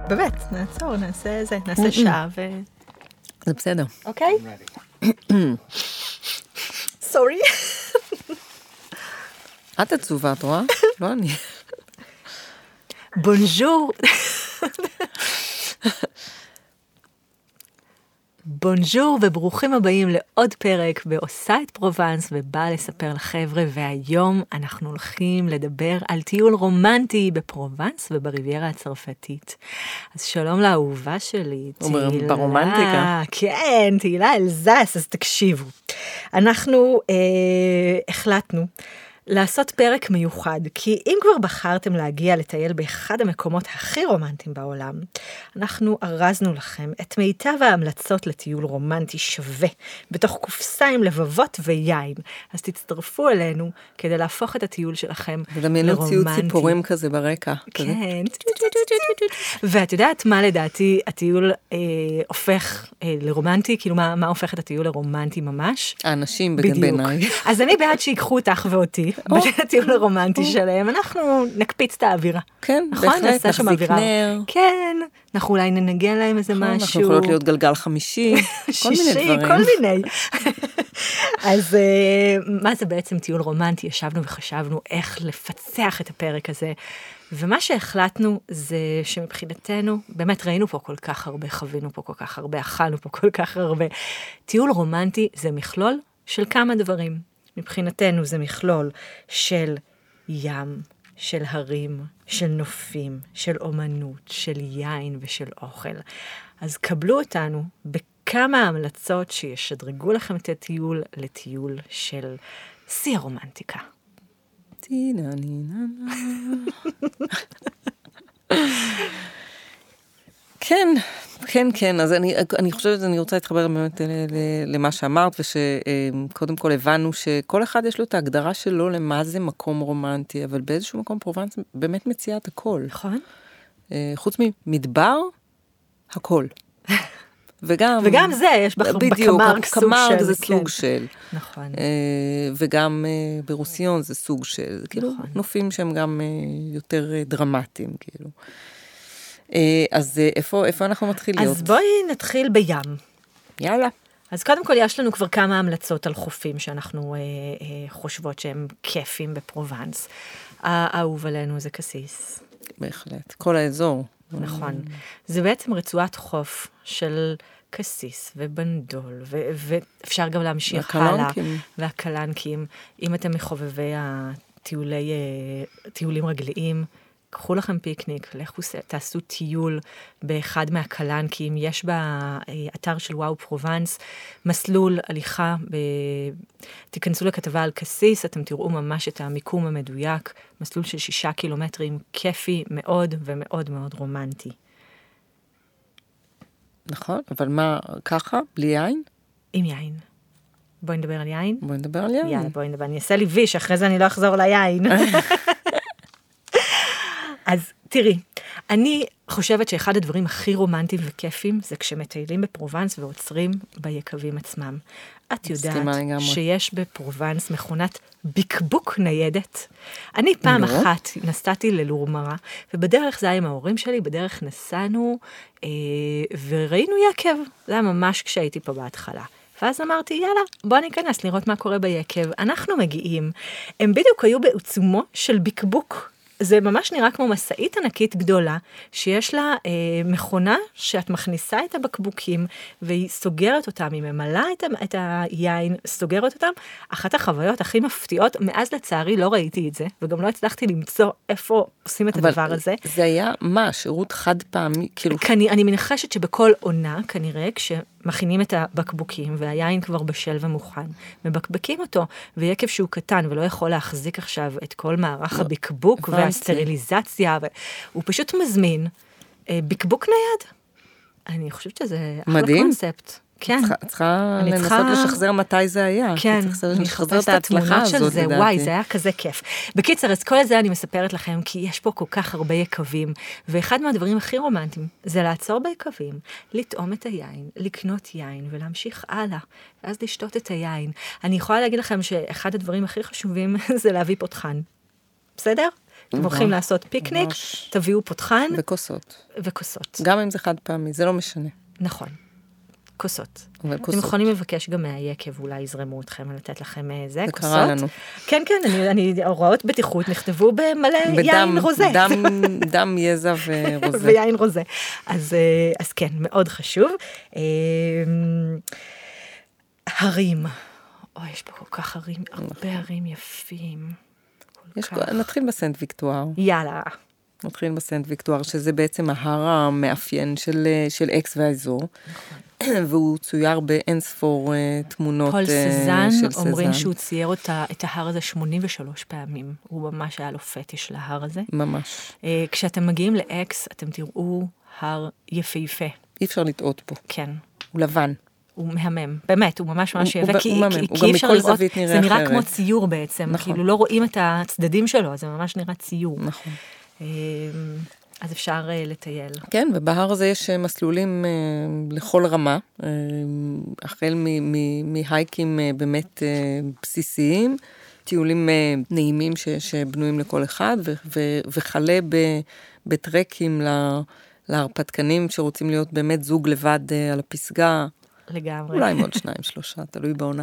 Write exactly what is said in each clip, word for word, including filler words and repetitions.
באמת, נעצור, נעשה זה, נעשה שעה ו... זה בסדר. אוקיי? סורי. את עצובה, את רואה? לא אני. בונז'ור. בונז'ור וברוכים הבאים לעוד פרק בעושה את פרובנס ובאה לספר לחבר'ה, והיום אנחנו הולכים לדבר על טיול רומנטי בפרובנס ובריביירה הצרפתית. אז שלום לאהובה שלי, תהילה. ברומנטיקה. כן, תהילה אלזס, אז תקשיבו. אנחנו אה, החלטנו לעשות פרק מיוחד, כי אם כבר בחרתם להגיע לטייל באחד המקומות הכי רומנטיים בעולם, אנחנו ארזנו לכם את מיטב ההמלצות לטיול רומנטי שווה, בתוך קופסה עם לבבות ויין. אז תצטרפו אלינו כדי להפוך את הטיול שלכם לרומנטי. ודמיינו ציוד ציפורים כזה ברקע. כן. ואת יודעת מה לדעתי הטיול אה, הופך אה, לרומנטי? כאילו מה, מה הופך את הטיול לרומנטי ממש? האנשים בעיניי. אז אני בעד שיקחו אותך ואותי. בטיול הרומנטי שלהם, אנחנו נקפיץ את האווירה. כן, בהחלט, נחזיק נר. כן, אנחנו אולי ננגן להם איזה משהו. אנחנו יכולות להיות גלגל חמישי, כל מיני דברים. כל מיני. אז מה זה בעצם טיול רומנטי? ישבנו וחשבנו איך לפצח את הפרק הזה, ומה שהחלטנו זה שמבחינתנו, באמת ראינו פה כל כך הרבה, חווינו פה כל כך הרבה, אכלנו פה כל כך הרבה. טיול רומנטי זה מכלול של כמה דברים. מבחינתנו זה מכלול של ים, של הרים, של נופים, של אומנות, של יין ושל אוכל. אז קבלו אותנו בכמה המלצות שישדרגו לכם את הטיול לטיול של שיא הרומנטיקה. טינה נינה. כן, כן, כן, אז אני, אני חושבת, אני רוצה להתחבר באמת למה שאמרת, ושקודם כל הבנו שכל אחד יש לו את ההגדרה שלו למה זה מקום רומנטי, אבל באיזשהו מקום פרובנס באמת מציעה את הכל. נכון. חוץ ממדבר, הכל. וגם... וגם זה, יש בקמרק סוג של... קמרק זה סוג של. נכון. וגם ברוסיון זה סוג של, כאילו, נופים שהם גם יותר דרמטיים, כאילו. אז איפה, איפה אנחנו מתחילים? אז בואי נתחיל בים. יאללה. אז קודם כל יש לנו כבר כמה המלצות על חופים שאנחנו אה, אה, חושבות שהם כיפים בפרובנס. האהוב עלינו זה קסיס. בהחלט. כל האזור. נכון. זה בעצם רצועת חוף של קסיס ובנדול, ו- ואפשר גם להמשיך הלאה. והקלנקים. אם אתם מחובבי הטיולי, טיולים רגליים, קחו לכם פיקניק, לכו, תעשו טיול באחד מהקלנקים, יש באתר של וואו פרובנס, מסלול הליכה, ב... תיכנסו לכתבה על קסיס, אתם תראו ממש את המיקום המדויק, מסלול של שישה קילומטרים, כיפי מאוד ומאוד מאוד רומנטי. נכון, אבל מה, ככה, בלי יין? עם יין. בואי נדבר על יין. בואי נדבר על יין. יאללה, בואי נדבר, אני אעשה לי ויש, אחרי זה אני לא אחזור ליין. אז תראי, אני חושבת שאחד הדברים הכי רומנטיים וכיפים זה כשמטיילים בפרובנס ועוצרים ביקבים עצמם. את יודעת שיש בפרובנס מכונת ביקבוק ניידת. אני פעם אחת נסעתי ללורמרה, ובדרך זה היה עם ההורים שלי, בדרך נסענו אה, וראינו יקב. זה היה ממש כשהייתי פה בהתחלה. ואז אמרתי, יאללה, בוא ניכנס לראות מה קורה ביקב. אנחנו מגיעים, הם בדיוק היו בעצומו של ביקבוק. זה ממש נראה כמו מסעית ענקית גדולה, שיש לה אה, מכונה שאת מכניסה את הבקבוקים, והיא סוגרת אותם, היא ממלאה את, את היין, סוגרת אותם. אחת החוויות הכי מפתיעות, מאז לצערי לא ראיתי את זה, וגם לא הצלחתי למצוא איפה עושים את הדבר הזה. זה היה מה? שירות חד פעמי? כאילו... כני, אני מנחשת שבכל עונה, כנראה, כשמכינים את הבקבוקים, והיין כבר בשל ומוכן, מבקבקים אותו, ויקב שהוא קטן, ולא יכול להחזיק עכשיו את כל מערך הבקבוק, והסטריליזציה, הוא פשוט מזמין בקבוק נייד. אני חושבת שזה אחלה קונספט. כן. צריכה לנסות לשחזר מתי זה היה. כן. אני חושבת את התמונה של זה, וואי, זה היה כזה כיף. בקיצר, אז כל זה אני מספרת לכם, כי יש פה כל כך הרבה יקבים, ואחד מהדברים הכי רומנטיים, זה לעצור ביקבים, לטעום את היין, לקנות יין, ולהמשיך הלאה, ואז לשתות את היין. אני יכולה להגיד לכם שאחד הדברים הכי חשובים, זה להביא פותחן. בסדר? אתם הולכים לעשות פיקניק, תביאו פותחן. וכוסות. וכוסות. גם אם זה חד פעמי, זה לא משנה. נכון. כוסות. כוסות. אתם יכולים לבקש גם מהיקב, אולי יזרמו אתכם, לתת לכם זה, זה כוסות. קרה לנו. כן, כן, אני, אני, הוראות בטיחות נכתבו במלא בדם, יין רוזה. דם, דם, יזע ורוזה. ויין רוזה. אז, אז כן, מאוד חשוב. הרים. אוי, יש פה כל כך הרים, הרבה הרים יפים. יש כל, נתחיל בסנט ויקטואר. יאללה. נתחיל בסנט ויקטואר, שזה בעצם ההר המאפיין של, של אקס והאזור. נכון. והוא צויר באין ספור uh, תמונות פול uh, סזן, של סזן. אומרים שהוא צייר אותה, את ההר הזה שמונים ושלוש פעמים. הוא ממש היה לו פטיש להר הזה. ממש. Uh, כשאתם מגיעים לאקס, אתם תראו הר יפהפה. אי אפשר לטעות פה. כן. הוא לבן. הוא מהמם, באמת, הוא ממש ממש יפה, כי, הוא כי, הוא כי אי אפשר לראות, נראה זה נראה אחרת. כמו ציור בעצם, נכון. כאילו לא רואים את הצדדים שלו, זה ממש נראה ציור. נכון. אז אפשר uh, לטייל. כן, ובהר הזה יש מסלולים uh, לכל רמה, uh, החל מהייקים uh, באמת uh, בסיסיים, טיולים uh, נעימים ש, שבנויים לכל אחד, ו, ו, וחלה ב, בטרקים לה, להרפתקנים שרוצים להיות באמת זוג לבד uh, על הפסגה. לגמרי. אולי מאוד שניים, שלושה, תלוי בעונה.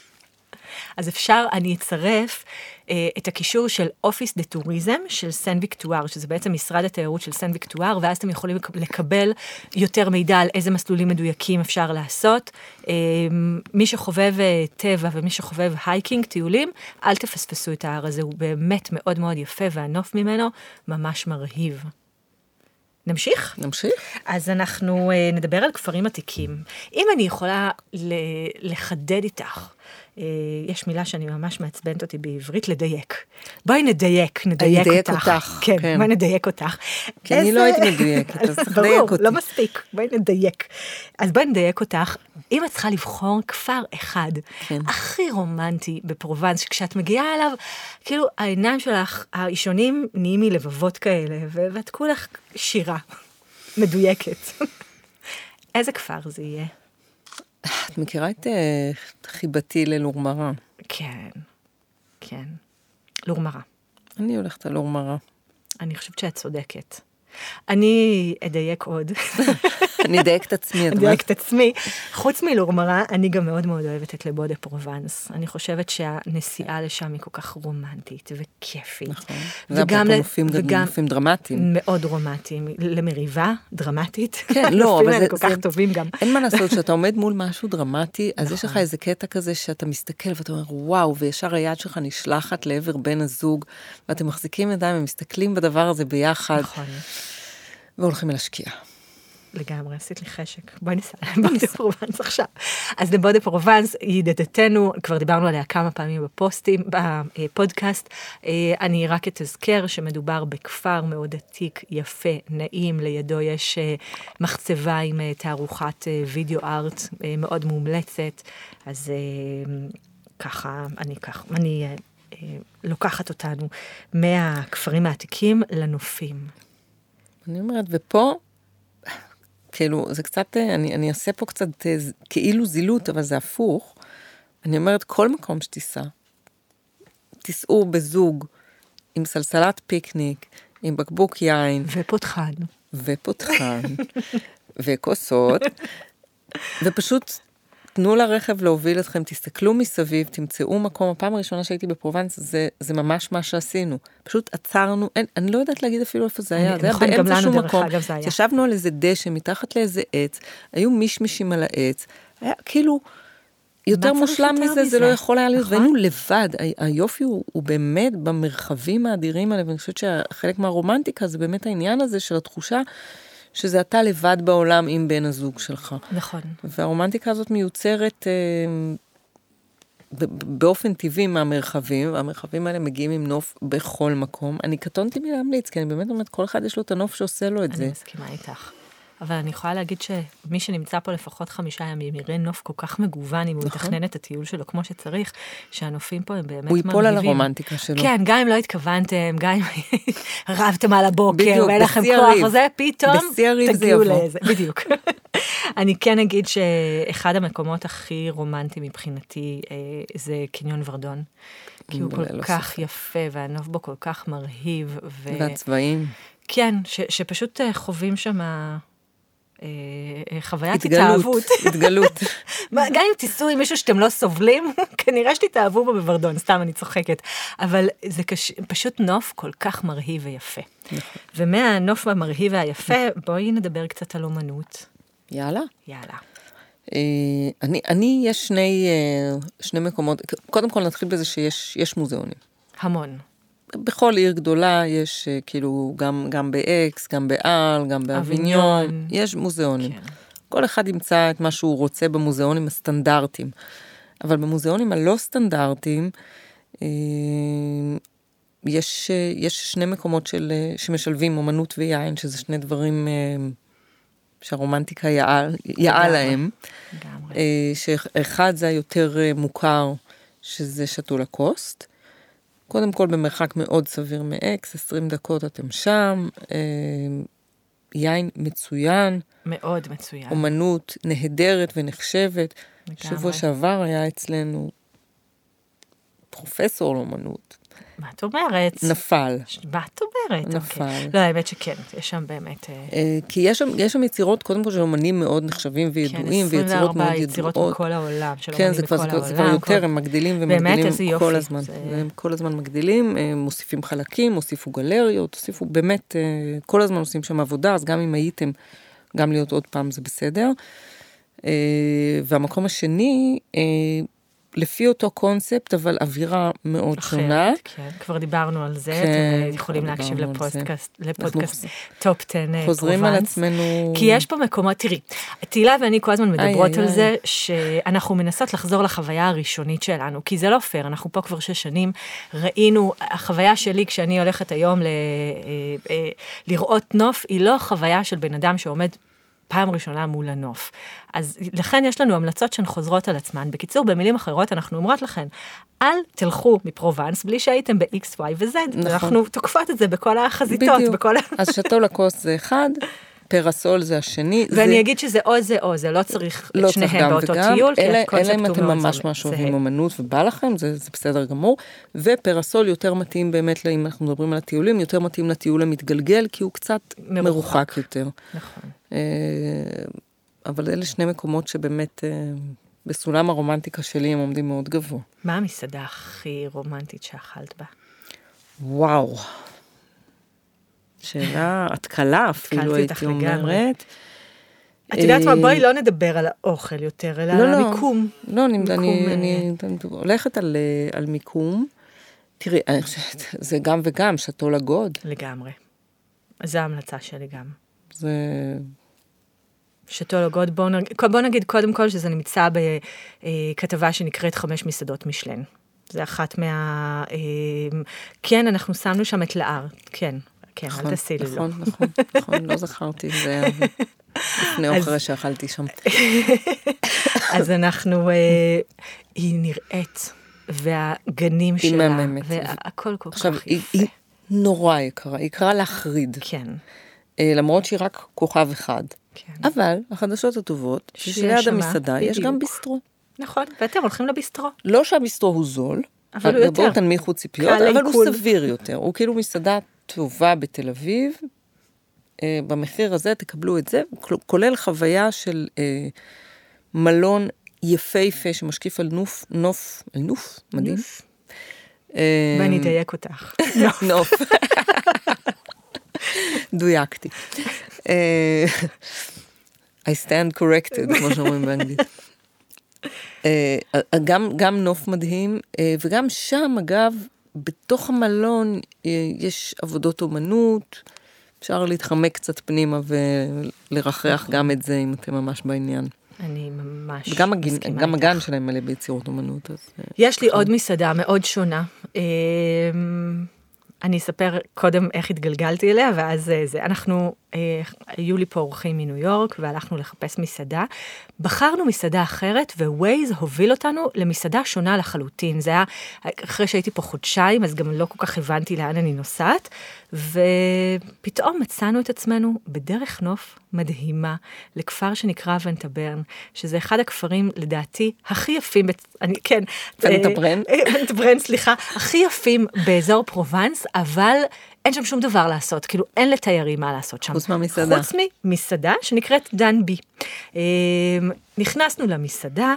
אז אפשר, אני אצרף אה, את הקישור של אופיס דה טוריזם של סן ויקטואר, שזה בעצם משרד התיירות של סן ויקטואר, ואז אתם יכולים לקבל יותר מידע על איזה מסלולים מדויקים אפשר לעשות. אה, מי שחובב טבע ומי שחובב הייקינג, טיולים, אל תפספסו את ההר הזה, הוא באמת מאוד מאוד יפה, והנוף ממנו ממש מרהיב. נמשיך? נמשיך. אז אנחנו uh, נדבר על כפרים עתיקים. אם אני יכולה ל- לחדד איתך, uh, יש מילה שאני ממש מעצבנת אותי בעברית, לדייק. בואי נדייק, נדייק נדייק אותך. אותך. כן, כן. בואי נדייק אותך. כי איזה... אני לא הייתי מדויקת, אז תדייק ברור, אותי. לא מספיק, בואי נדייק. אז בואי נדייק אותך. אם את צריכה לבחור כפר אחד, כן. הכי רומנטי בפרובנס, כשאת מגיעה אליו, כאילו העיניים שלך, האישונים נהיים מלבבות כאלה, ואת כולך שירה מדויקת. איזה כפר זה יהיה? את מכירה את חיבתי ללורמרה? כן, כן. לורמרה. אני הולכת על לורמרה. אני חושבת שאת צודקת. אני אדייק עוד. אני אדייק את עצמי. אני אדייק את עצמי. חוץ מלורמרה, אני גם מאוד מאוד אוהבת את לבודה פרובנס. אני חושבת שהנסיעה לשם היא כל כך רומנטית וכיפית. נכון. וגם נופים דרמטיים. מאוד דרמטיים. למריבה, דרמטית. כן, לא, אבל זה כל כך טובים גם. אין מה לעשות, שאתה עומד מול משהו דרמטי, אז יש לך איזה קטע כזה שאתה מסתכל ואתה אומר, וואו, וישר היד שלך נשלחת לעבר בן הזוג, ואתם מחזיקים ידיים ומסתכלים בדבר הזה ביחד. נכון. והולכים להשקיע. לגמרי, עשית לי חשק. בואי ניסע לבודה פרובנס עכשיו. אז לבודה פרובנס, ידידתנו, כבר דיברנו עליה כמה פעמים בפוסטים, בפודקאסט. אני רק אתזכר שמדובר בכפר מאוד עתיק, יפה, נעים, לידו יש מחצבה עם תערוכת וידאו ארט מאוד מומלצת. אז ככה, אני ככה, אני לוקחת אותנו מהכפרים העתיקים לנופים. אני אומרת, ופה, כאילו, זה קצת, אני, אני אעשה פה קצת כאילו זילות, אבל זה הפוך. אני אומרת, כל מקום שתיסע, תיסעו בזוג, עם סלסלת פיקניק, עם בקבוק יין. ופותחן. ופותחן. וכוסות. ופשוט תנו לרכב להוביל אתכם, תסתכלו מסביב, תמצאו מקום. הפעם הראשונה שהייתי בפרובנס, זה, זה ממש מה שעשינו. פשוט עצרנו, אין, אני לא יודעת להגיד אפילו איפה זה היה. אני, זה נכון, היה באמצע שום מקום. אגב, זה היה. ישבנו על איזה דשא, מתחת לאיזה עץ, היו מישמישים על העץ, היה כאילו, יותר מושלם מזה, מזה, זה לא יכול היה להיות, נכון? והיינו לבד. היופי הוא, הוא באמת במרחבים האדירים האלה, ואני חושבת שחלק מהרומנטיקה, זה באמת העניין הזה של התחושה, שזה אתה לבד בעולם עם בן הזוג שלך. נכון. והרומנטיקה הזאת מיוצרת אה, באופן טבעי מהמרחבים, והמרחבים האלה מגיעים עם נוף בכל מקום. אני קטונתי מלהמליץ, כי אני באמת אומרת, כל אחד יש לו את הנוף שעושה לו את זה. אני מסכימה איתך. אבל אני יכולה להגיד שמי שנמצא פה לפחות חמישה ימים, יראה נוף כל כך מגוון, אם הוא יתכנן את הטיול שלו כמו שצריך, שהנופים פה הם באמת מרהיבים. הוא ייפול על הרומנטיקה שלו. כן, גם אם לא התכוונתם, גם אם רבתם על הבוקר, ואין לכם כוח וזה, פתאום תגיעו לאיזה. בדיוק. אני כן אגיד שאחד המקומות הכי רומנטיים מבחינתי, זה קניון ורדון. כי הוא כל כך יפה, והנוף בו כל כך מרהיב. והצבעים. כן, שפשוט חווים שם חוויית התאהבות. התגלות. גם אם תיסעו עם מישהו שאתם לא סובלים, כנראה שתתאהבו בו בוורדון, סתם אני צוחקת. אבל זה פשוט נוף כל כך מרהיב ויפה. ומהנוף המרהיב והיפה, בואי נדבר קצת על אומנות. יאללה. יאללה. אני, אני, יש שני, שני מקומות, קודם כל נתחיל בזה שיש, יש מוזיאונים. המון. בכל עיר גדולה יש כאילו גם, גם באקס, גם באל, גם באביניון, יש מוזיאונים. כן. כל אחד ימצא את מה שהוא רוצה במוזיאונים הסטנדרטיים. אבל במוזיאונים הלא סטנדרטיים, יש, יש שני מקומות של, שמשלבים אומנות ויין, שזה שני דברים שהרומנטיקה יעל, יעל להם. שאחד זה היותר מוכר, שזה שטו לקוסט. קודם כל במרחק מאוד סביר מאקס, עשרים דקות אתם שם, יין מצוין. מאוד מצוין. אומנות נהדרת ונחשבת. שבוע שעבר היה אצלנו פרופסור לאומנות. מה את אומרת? נפל. מה את אומרת? נפל. Okay. לא, האמת שכן, יש שם באמת... כי יש שם, יש שם יצירות, קודם כל של אומנים מאוד נחשבים וידועים, כן, ויצירות מאוד ידועות. יצירות בכל העולם, של כן, אומנים זה בכל כבר, העולם. זה כבר יותר, הם מגדילים ומגדילים כל יופי, הזמן. זה... הם כל הזמן מגדילים, הם מוסיפים חלקים, מוסיפו גלריות, מוסיפו באמת, כל הזמן עושים שם עבודה, אז גם אם הייתם, גם להיות עוד פעם זה בסדר. והמקום השני, לפי אותו קונספט, אבל אווירה מאוד אחרת, שונה. כן, כבר דיברנו על זה, כן, אתם יכולים להקשיב לפודקאסט, לפודקאסט טופ עשר פרובנס. חוזרים על עצמנו. כי יש פה מקומות, תראי, תהילה ואני כל הזמן מדברות איי, על איי. זה, שאנחנו מנסות לחזור לחוויה הראשונית שלנו, כי זה לא פייר, אנחנו פה כבר שש שנים, ראינו, החוויה שלי כשאני הולכת היום ל, לראות נוף, היא לא חוויה של בן אדם שעומד פעם ראשונה מול הנוף. אז לכן יש לנו המלצות שהן חוזרות על עצמן. בקיצור, במילים אחרות אנחנו אומרות לכן, אל תלכו מפרובנס בלי שהייתם ב-X, Y ו-Z. נכון. אנחנו תוקפות את זה בכל החזיתות. בדיוק. בכל... אז שטו לקוסט זה אחד, פרסול זה השני. ואני זה... אגיד שזה או זה או זה, לא צריך לא את שניהם באותו וגם, טיול, אלא, כי הקונספט הוא מאוד זהה. אלא אם אתם ממש משהו עם אמנות ובא לכם, זה, זה בסדר גמור. ופרסול יותר מתאים באמת, אם אנחנו מדברים על הטיולים, יותר מתאים לטיול המתגלגל, כי הוא קצת מרוחק, מרוחק יותר. נכון. אבל אלה שני מקומות שבאמת בסולם הרומנטיקה שלי הם עומדים מאוד גבוה. מה המסעדה הכי רומנטית שאכלת בה? וואו. שאלה התקלה אפילו הייתי אומרת. את יודעת מה, בואי לא נדבר על האוכל יותר, אלא על המיקום. לא, אני הולכת על מיקום. תראי, זה גם וגם, שטו לגוד. לגמרי. זו ההמלצה שלי גם. זה... שטו לגוד, בוא נגיד, בוא נגיד קודם כל שזה נמצא בכתבה שנקראת חמש מסעדות משלן. זה אחת מה... כן, אנחנו שמנו שם את לאר, כן. כן, אל תעשי לי לא. נכון, נכון, נכון, לא זכרתי, זה היה לפני או אחרי שאכלתי שם. אז אנחנו, היא נראית, והגנים שלה, והכל כל כך יפה. עכשיו, היא נורא יקרה, היא יקרה להחריד. כן. למרות שהיא רק כוכב אחד. אבל החדשות הטובות, שליד המסעדה יש גם ביסטרו. נכון, ואתם הולכים לביסטרו. לא שהביסטרו הוא זול, אבל הוא יותר. בואו תנמיכו ציפיות, אבל הוא סביר יותר. הוא כאילו מסעדה טובה בתל אביב, במחיר הזה תקבלו את זה, כולל חוויה של מלון יפהפה שמשקיף על נוף, נוף, על נוף, מדהים. ואני אדייק אותך. נוף. דויקתי. I stand corrected, כמו שאומרים באנגלית. גם, גם נוף מדהים, וגם שם, אגב, בתוך המלון יש עבודות אומנות, אפשר להתחמק קצת פנימה ולרחח גם את זה, אם אתם ממש בעניין. אני ממש וגם הגן, גם הגן שלהם מלא ביצירות אומנות. אז יש לי עוד מסעדה מאוד שונה. אני אספר קודם איך התגלגלתי אליה, ואז זה. אנחנו היו לי פה אורחים מניו יורק, והלכנו לחפש מסעדה. בחרנו מסעדה אחרת, ווייז הוביל אותנו למסעדה שונה לחלוטין. זה היה, אחרי שהייתי פה חודשיים, אז גם לא כל כך הבנתי לאן אני נוסעת, ופתאום מצאנו את עצמנו בדרך נוף מדהימה, לכפר שנקרא ונטברן, שזה אחד הכפרים, לדעתי, הכי יפים, אני, כן. ונטברן? ונטברן, סליחה, הכי יפים באזור פרובנס, אבל אין שם שום דבר לעשות, כאילו אין לתיירים מה לעשות שם. חוץ מהמסעדה. חוץ ממסעדה שנקראת דן בי. נכנסנו למסעדה,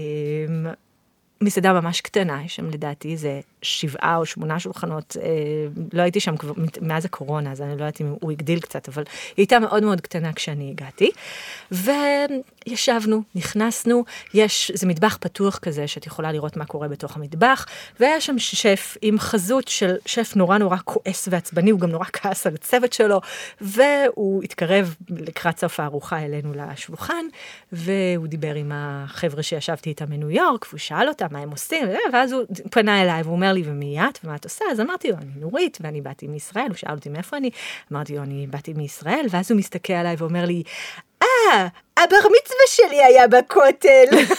מסעדה ממש קטנה, יש שם לדעתי זה שבעה או שמונה שולחנות, אה, לא הייתי שם כבר מאז הקורונה, אז אני לא יודעת אם הוא הגדיל קצת, אבל היא הייתה מאוד מאוד קטנה כשאני הגעתי, וישבנו, נכנסנו, יש, זה מטבח פתוח כזה, שאת יכולה לראות מה קורה בתוך המטבח, והיה שם שף עם חזות של שף נורא נורא כועס ועצבני, הוא גם נורא כעס על הצוות שלו, והוא התקרב לקראת סוף הארוחה אלינו לשולחן, והוא דיבר עם החבר'ה שישבתי איתם מניו יורק, והוא שאל אותם מה הם עושים, ואז הוא פנה אליי, והוא אומר לי, ומי את? ומה את עושה? אז אמרתי לו, אני נורית, ואני באתי מישראל, הוא שאל אותי מאיפה אני, אמרתי לו, אני באתי מישראל, ואז הוא מסתכל עליי ואומר לי, אה, הבר מצווה שלי היה בכותל.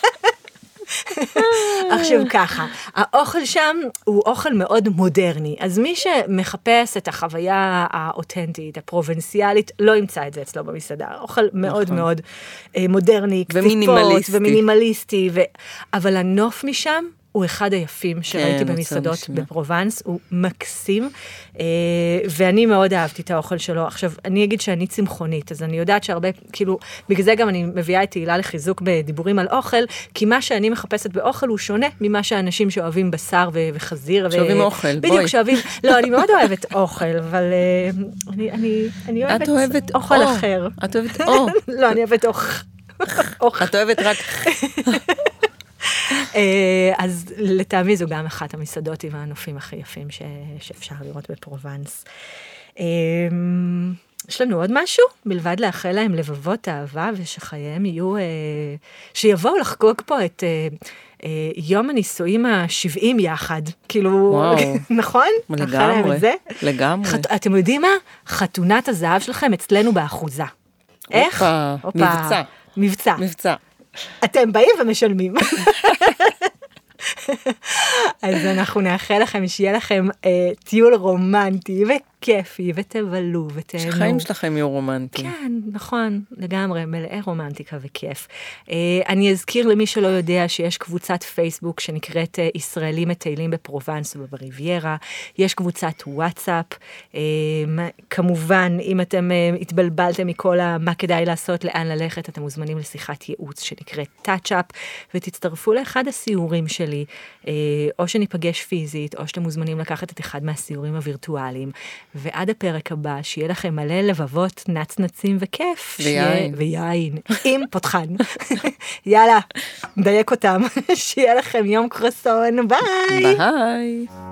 עכשיו ככה, האוכל שם הוא אוכל מאוד מודרני, אז מי שמחפש את החוויה האותנטית, הפרובנציאלית, לא ימצא את זה אצלו במסעדה, אוכל מאוד מאוד מודרני, ומינימליסטי, ומינימליסטי, אבל הנוף משם, הוא אחד היפים שראיתי במסעדות בפרובנס, הוא מקסים, ואני מאוד אהבתי את האוכל שלו. עכשיו, אני אגיד שאני צמחונית, אז אני יודעת שהרבה, כאילו, בגלל זה גם אני מביאה את תהילה לחיזוק בדיבורים על אוכל, כי מה שאני מחפשת באוכל הוא שונה ממה שאנשים שאוהבים בשר וחזיר. שאוהבים אוכל, בואי. בדיוק, שאוהבים, לא, אני מאוד אוהבת אוכל, אבל אני אוהבת אוכל אחר. את אוהבת אוכל. לא, אני אוהבת אוכל. את אוהבת רק... אז לטעמי זו גם אחת המסעדות עם הנופים הכי יפים שאפשר לראות בפרובנס. יש לנו עוד משהו? מלבד לאחל להם לבבות אהבה ושחייהם יהיו, שיבואו לחגוג פה את יום הנישואים ה-שבעים יחד. כאילו, נכון? לגמרי, לגמרי. אתם יודעים מה? חתונת הזהב שלכם אצלנו באחוזה. איך? מבצע. מבצע. מבצע. אתם באים ומשלמים. אז אנחנו נאחל לכם שיהיה לכם אה, טיול רומנטי וכיפי, ותבלו ותהנו. שחיים שלכם יהיו רומנטיים. כן, נכון, לגמרי, מלאי רומנטיקה וכיף. אה, אני אזכיר למי שלא יודע שיש קבוצת פייסבוק שנקראת אה, ישראלים מטיילים בפרובנס ובריביירה, יש קבוצת וואטסאפ, אה, כמובן, אם אתם אה, התבלבלתם מכל מה כדאי לעשות, לאן ללכת, אתם מוזמנים לשיחת ייעוץ שנקראת טאצ'אפ, ותצטרפו לאחד הסיורים שלי, או שניפגש פיזית, או שאתם מוזמנים לקחת את אחד מהסיורים הווירטואליים, ועד הפרק הבא, שיהיה לכם מלא לבבות, נצנצים וכיף. ויין. ויין, עם פותחן. יאללה, דייק אותם. שיהיה לכם יום קרסון, ביי! ביי!